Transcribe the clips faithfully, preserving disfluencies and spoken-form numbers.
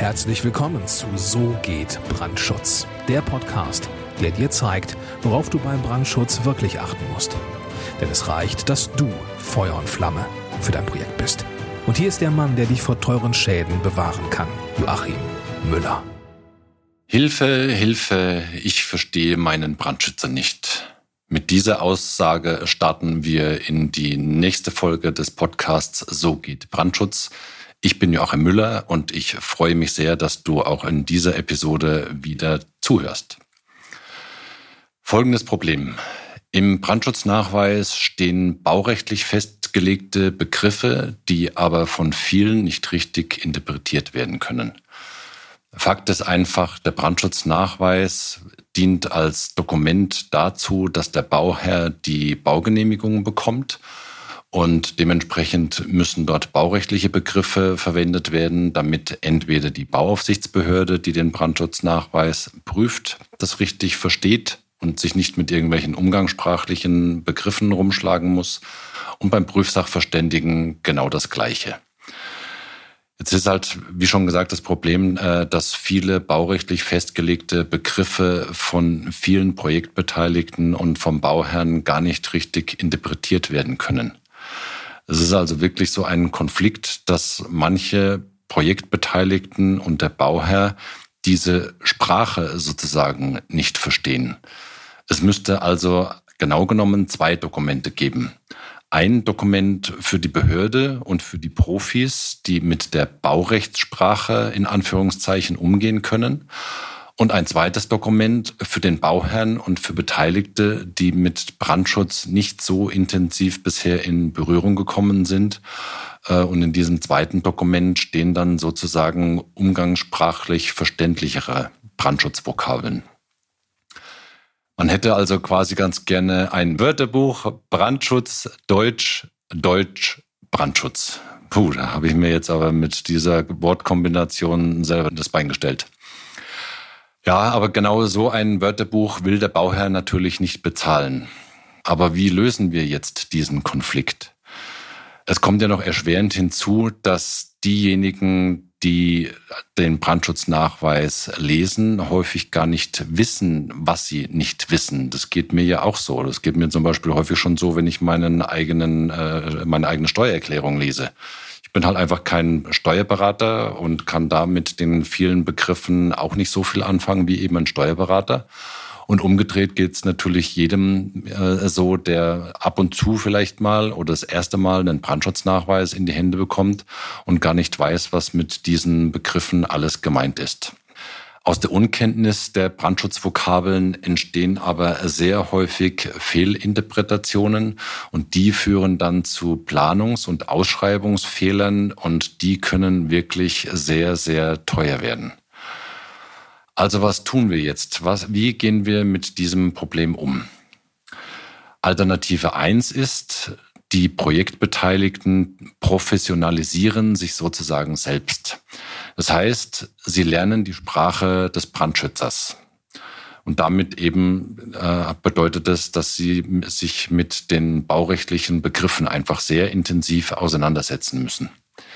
Herzlich willkommen zu So geht Brandschutz, der Podcast, der dir zeigt, worauf du beim Brandschutz wirklich achten musst. Denn es reicht, dass du Feuer und Flamme für dein Projekt bist. Und hier ist der Mann, der dich vor teuren Schäden bewahren kann, Joachim Müller. Hilfe, Hilfe, ich verstehe meinen Brandschützer nicht. Mit dieser Aussage starten wir in die nächste Folge des Podcasts So geht Brandschutz. Ich bin Joachim Müller und ich freue mich sehr, dass du auch in dieser Episode wieder zuhörst. Folgendes Problem. Im Brandschutznachweis stehen baurechtlich festgelegte Begriffe, die aber von vielen nicht richtig interpretiert werden können. Fakt ist einfach, der Brandschutznachweis dient als Dokument dazu, dass der Bauherr die Baugenehmigung bekommt. Und dementsprechend müssen dort baurechtliche Begriffe verwendet werden, damit entweder die Bauaufsichtsbehörde, die den Brandschutznachweis prüft, das richtig versteht und sich nicht mit irgendwelchen umgangssprachlichen Begriffen rumschlagen muss. Und beim Prüfsachverständigen genau das Gleiche. Jetzt ist halt, wie schon gesagt, das Problem, dass viele baurechtlich festgelegte Begriffe von vielen Projektbeteiligten und vom Bauherrn gar nicht richtig interpretiert werden können. Es ist also wirklich so ein Konflikt, dass manche Projektbeteiligten und der Bauherr diese Sprache sozusagen nicht verstehen. Es müsste also genau genommen zwei Dokumente geben. Ein Dokument für die Behörde und für die Profis, die mit der Baurechtssprache in Anführungszeichen umgehen können. Und ein zweites Dokument für den Bauherrn und für Beteiligte, die mit Brandschutz nicht so intensiv bisher in Berührung gekommen sind. Und in diesem zweiten Dokument stehen dann sozusagen umgangssprachlich verständlichere Brandschutzvokabeln. Man hätte also quasi ganz gerne ein Wörterbuch Brandschutz, Deutsch, Deutsch, Brandschutz. Puh, da habe ich mir jetzt aber mit dieser Wortkombination selber das Bein gestellt. Ja, aber genau so ein Wörterbuch will der Bauherr natürlich nicht bezahlen. Aber wie lösen wir jetzt diesen Konflikt? Es kommt ja noch erschwerend hinzu, dass diejenigen, die den Brandschutznachweis lesen, häufig gar nicht wissen, was sie nicht wissen. Das geht mir ja auch so. Das geht mir zum Beispiel häufig schon so, wenn ich meinen eigenen, äh, meine eigene Steuererklärung lese. Ich bin halt einfach kein Steuerberater und kann da mit den vielen Begriffen auch nicht so viel anfangen wie eben ein Steuerberater. Und umgedreht geht es natürlich jedem äh, so, der ab und zu vielleicht mal oder das erste Mal einen Brandschutznachweis in die Hände bekommt und gar nicht weiß, was mit diesen Begriffen alles gemeint ist. Aus der Unkenntnis der Brandschutzvokabeln entstehen aber sehr häufig Fehlinterpretationen und die führen dann zu Planungs- und Ausschreibungsfehlern und die können wirklich sehr, sehr teuer werden. Also was tun wir jetzt? Was, wie gehen wir mit diesem Problem um? Alternative eins ist, die Projektbeteiligten professionalisieren sich sozusagen selbst. Das heißt, sie lernen die Sprache des Brandschützers. Und damit eben äh, bedeutet es, dass sie sich mit den baurechtlichen Begriffen einfach sehr intensiv auseinandersetzen müssen.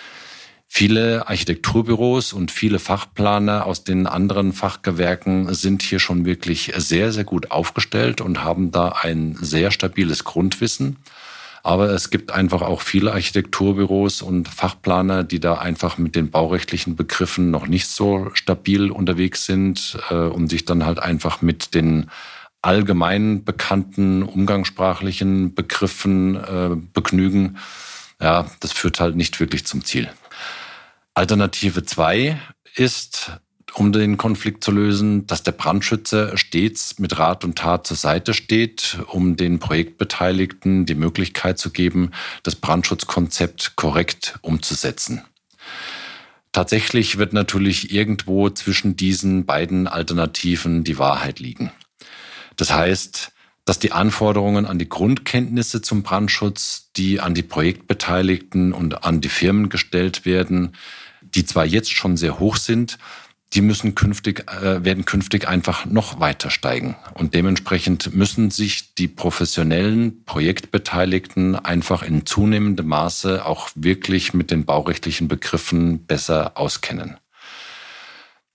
Viele Architekturbüros und viele Fachplaner aus den anderen Fachgewerken sind hier schon wirklich sehr, sehr gut aufgestellt und haben da ein sehr stabiles Grundwissen. Aber es gibt einfach auch viele Architekturbüros und Fachplaner, die da einfach mit den baurechtlichen Begriffen noch nicht so stabil unterwegs sind äh, und sich dann halt einfach mit den allgemein bekannten umgangssprachlichen Begriffen äh, begnügen. Ja, das führt halt nicht wirklich zum Ziel. Alternative zwei ist, um den Konflikt zu lösen, dass der Brandschützer stets mit Rat und Tat zur Seite steht, um den Projektbeteiligten die Möglichkeit zu geben, das Brandschutzkonzept korrekt umzusetzen. Tatsächlich wird natürlich irgendwo zwischen diesen beiden Alternativen die Wahrheit liegen. Das heißt, dass die Anforderungen an die Grundkenntnisse zum Brandschutz, die an die Projektbeteiligten und an die Firmen gestellt werden, die zwar jetzt schon sehr hoch sind, die müssen künftig, äh, werden künftig einfach noch weiter steigen. Und dementsprechend müssen sich die professionellen Projektbeteiligten einfach in zunehmendem Maße auch wirklich mit den baurechtlichen Begriffen besser auskennen.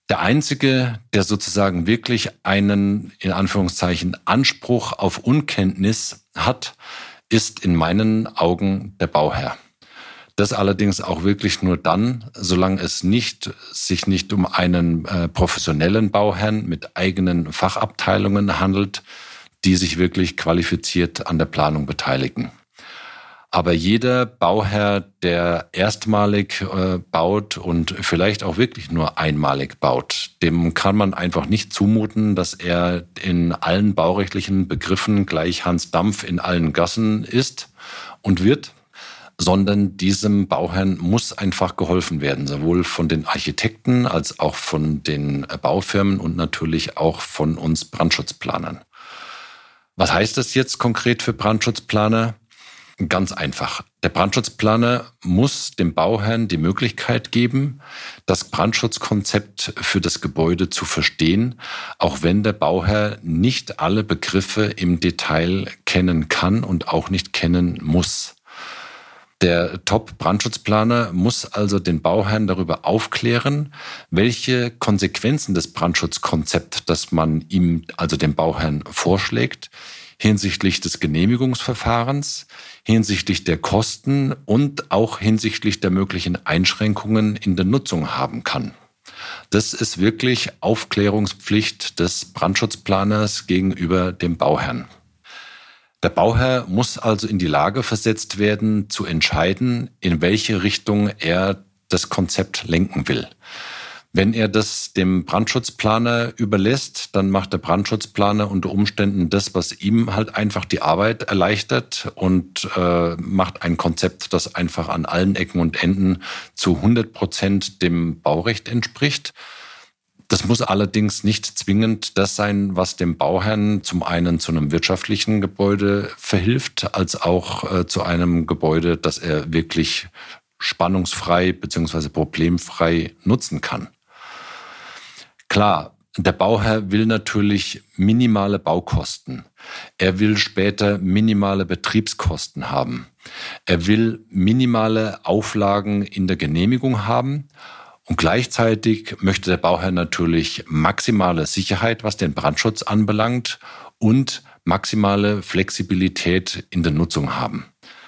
Der Einzige, der sozusagen wirklich einen, in Anführungszeichen, Anspruch auf Unkenntnis hat, ist in meinen Augen der Bauherr. Das allerdings auch wirklich nur dann, solange es nicht, sich nicht um einen äh, professionellen Bauherrn mit eigenen Fachabteilungen handelt, die sich wirklich qualifiziert an der Planung beteiligen. Aber jeder Bauherr, der erstmalig äh, baut und vielleicht auch wirklich nur einmalig baut, dem kann man einfach nicht zumuten, dass er in allen baurechtlichen Begriffen gleich Hans Dampf in allen Gassen ist und wird, sondern diesem Bauherrn muss einfach geholfen werden, sowohl von den Architekten als auch von den Baufirmen und natürlich auch von uns Brandschutzplanern. Was heißt das jetzt konkret für Brandschutzplaner? Ganz einfach. Der Brandschutzplaner muss dem Bauherrn die Möglichkeit geben, das Brandschutzkonzept für das Gebäude zu verstehen, auch wenn der Bauherr nicht alle Begriffe im Detail kennen kann und auch nicht kennen muss. Der Top-Brandschutzplaner muss also den Bauherrn darüber aufklären, welche Konsequenzen des Brandschutzkonzepts, das man ihm, also dem Bauherrn, vorschlägt, hinsichtlich des Genehmigungsverfahrens, hinsichtlich der Kosten und auch hinsichtlich der möglichen Einschränkungen in der Nutzung haben kann. Das ist wirklich Aufklärungspflicht des Brandschutzplaners gegenüber dem Bauherrn. Der Bauherr muss also in die Lage versetzt werden, zu entscheiden, in welche Richtung er das Konzept lenken will. Wenn er das dem Brandschutzplaner überlässt, dann macht der Brandschutzplaner unter Umständen das, was ihm halt einfach die Arbeit erleichtert und äh, macht ein Konzept, das einfach an allen Ecken und Enden zu hundert Prozent dem Baurecht entspricht. Das muss allerdings nicht zwingend das sein, was dem Bauherrn zum einen zu einem wirtschaftlichen Gebäude verhilft, als auch äh, zu einem Gebäude, das er wirklich spannungsfrei bzw. problemfrei nutzen kann. Klar, der Bauherr will natürlich minimale Baukosten. Er will später minimale Betriebskosten haben. Er will minimale Auflagen in der Genehmigung haben. Und gleichzeitig möchte der Bauherr natürlich maximale Sicherheit, was den Brandschutz anbelangt, und maximale Flexibilität in der Nutzung haben.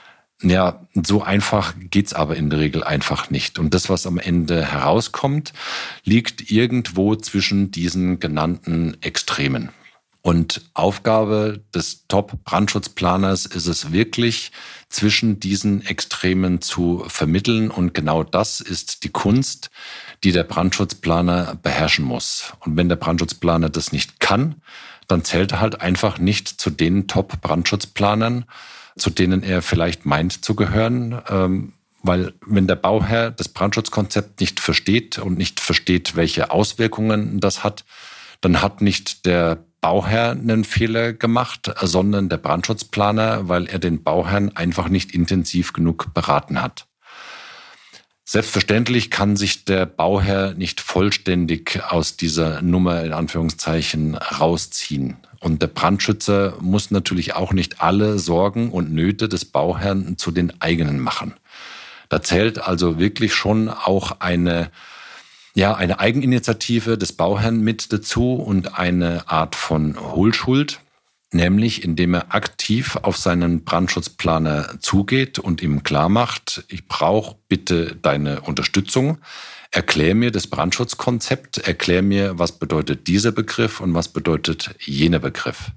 Ja, so einfach geht's aber in der Regel einfach nicht. Und das, was am Ende herauskommt, liegt irgendwo zwischen diesen genannten Extremen. Und Aufgabe des Top-Brandschutzplaners ist es wirklich, zwischen diesen Extremen zu vermitteln. Und genau das ist die Kunst, die der Brandschutzplaner beherrschen muss. Und wenn der Brandschutzplaner das nicht kann, dann zählt er halt einfach nicht zu den Top-Brandschutzplanern, zu denen er vielleicht meint zu gehören. Ähm, weil wenn der Bauherr das Brandschutzkonzept nicht versteht und nicht versteht, welche Auswirkungen das hat, dann hat nicht der Bauherr einen Fehler gemacht, sondern der Brandschutzplaner, weil er den Bauherrn einfach nicht intensiv genug beraten hat. Selbstverständlich kann sich der Bauherr nicht vollständig aus dieser Nummer in Anführungszeichen rausziehen. Und der Brandschützer muss natürlich auch nicht alle Sorgen und Nöte des Bauherrn zu den eigenen machen. Da zählt also wirklich schon auch eine Ja, eine Eigeninitiative des Bauherrn mit dazu und eine Art von Hohlschuld, nämlich indem er aktiv auf seinen Brandschutzplaner zugeht und ihm klar macht, ich brauche bitte deine Unterstützung. Erklär mir das Brandschutzkonzept, erklär mir, was bedeutet dieser Begriff und was bedeutet jener Begriff.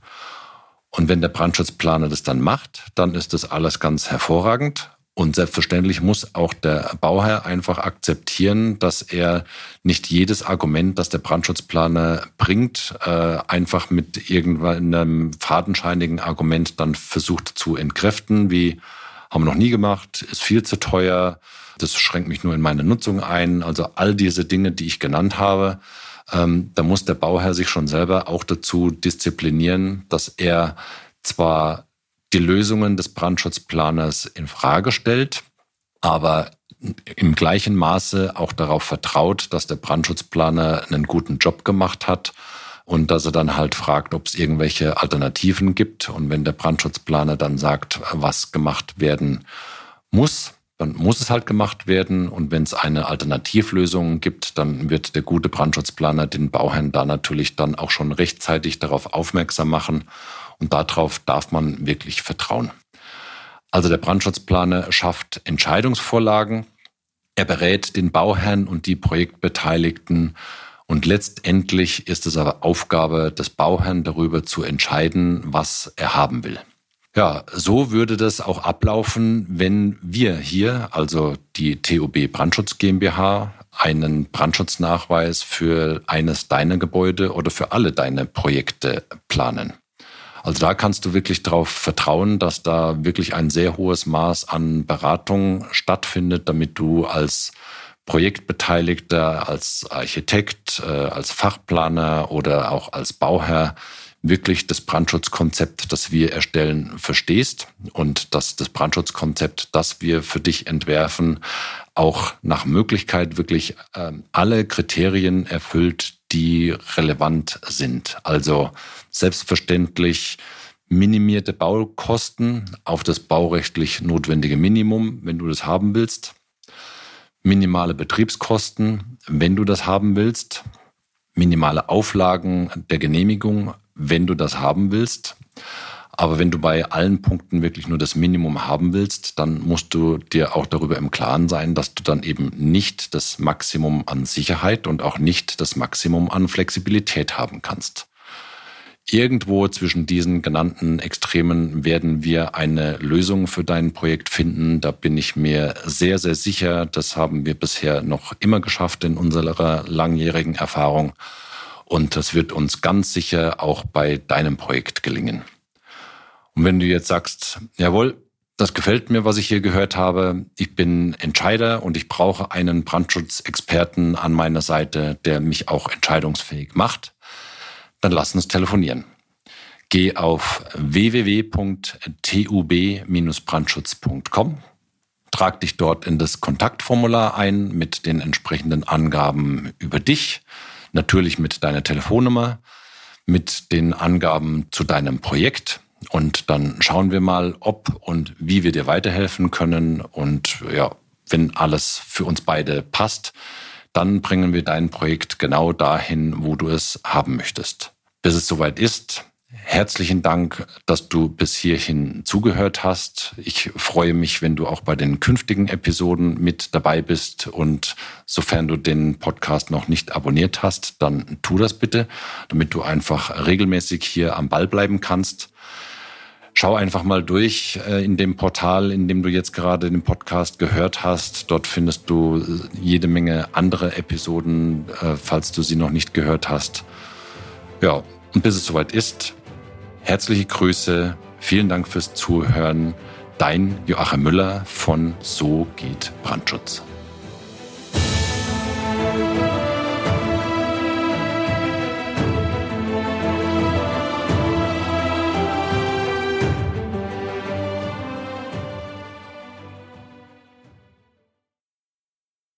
Und wenn der Brandschutzplaner das dann macht, dann ist das alles ganz hervorragend. Und selbstverständlich muss auch der Bauherr einfach akzeptieren, dass er nicht jedes Argument, das der Brandschutzplaner bringt, äh, einfach mit irgendeinem fadenscheinigen Argument dann versucht zu entkräften, wie haben wir noch nie gemacht, ist viel zu teuer, das schränkt mich nur in meine Nutzung ein. Also all diese Dinge, die ich genannt habe, ähm, da muss der Bauherr sich schon selber auch dazu disziplinieren, dass er zwar die Lösungen des Brandschutzplaners in Frage stellt, aber im gleichen Maße auch darauf vertraut, dass der Brandschutzplaner einen guten Job gemacht hat und dass er dann halt fragt, ob es irgendwelche Alternativen gibt. Und wenn der Brandschutzplaner dann sagt, was gemacht werden muss, dann muss es halt gemacht werden. Und wenn es eine Alternativlösung gibt, dann wird der gute Brandschutzplaner den Bauherrn da natürlich dann auch schon rechtzeitig darauf aufmerksam machen. Und darauf darf man wirklich vertrauen. Also der Brandschutzplaner schafft Entscheidungsvorlagen. Er berät den Bauherrn und die Projektbeteiligten. Und letztendlich ist es aber Aufgabe des Bauherrn, darüber zu entscheiden, was er haben will. Ja, so würde das auch ablaufen, wenn wir hier, also die T O B Brandschutz GmbH, einen Brandschutznachweis für eines deiner Gebäude oder für alle deine Projekte planen. Also da kannst du wirklich darauf vertrauen, dass da wirklich ein sehr hohes Maß an Beratung stattfindet, damit du als Projektbeteiligter, als Architekt, als Fachplaner oder auch als Bauherr wirklich das Brandschutzkonzept, das wir erstellen, verstehst und dass das Brandschutzkonzept, das wir für dich entwerfen, auch nach Möglichkeit wirklich alle Kriterien erfüllt, die relevant sind. Also selbstverständlich minimierte Baukosten auf das baurechtlich notwendige Minimum, wenn du das haben willst. Minimale Betriebskosten, wenn du das haben willst. Minimale Auflagen der Genehmigung, wenn du das haben willst. Aber wenn du bei allen Punkten wirklich nur das Minimum haben willst, dann musst du dir auch darüber im Klaren sein, dass du dann eben nicht das Maximum an Sicherheit und auch nicht das Maximum an Flexibilität haben kannst. Irgendwo zwischen diesen genannten Extremen werden wir eine Lösung für dein Projekt finden. Da bin ich mir sehr, sehr sicher. Das haben wir bisher noch immer geschafft in unserer langjährigen Erfahrung. Und das wird uns ganz sicher auch bei deinem Projekt gelingen. Und wenn du jetzt sagst, jawohl, das gefällt mir, was ich hier gehört habe, ich bin Entscheider und ich brauche einen Brandschutzexperten an meiner Seite, der mich auch entscheidungsfähig macht, dann lass uns telefonieren. Geh auf w w w punkt t u b dash brandschutz punkt com, trag dich dort in das Kontaktformular ein mit den entsprechenden Angaben über dich, natürlich mit deiner Telefonnummer, mit den Angaben zu deinem Projekt. Und dann schauen wir mal, ob und wie wir dir weiterhelfen können. Und ja, wenn alles für uns beide passt, dann bringen wir dein Projekt genau dahin, wo du es haben möchtest. Bis es soweit ist, herzlichen Dank, dass du bis hierhin zugehört hast. Ich freue mich, wenn du auch bei den künftigen Episoden mit dabei bist. Und sofern du den Podcast noch nicht abonniert hast, dann tu das bitte, damit du einfach regelmäßig hier am Ball bleiben kannst. Schau einfach mal durch in dem Portal, in dem du jetzt gerade den Podcast gehört hast. Dort findest du jede Menge andere Episoden, falls du sie noch nicht gehört hast. Ja, und bis es soweit ist, herzliche Grüße, vielen Dank fürs Zuhören. Dein Joachim Müller von So geht Brandschutz.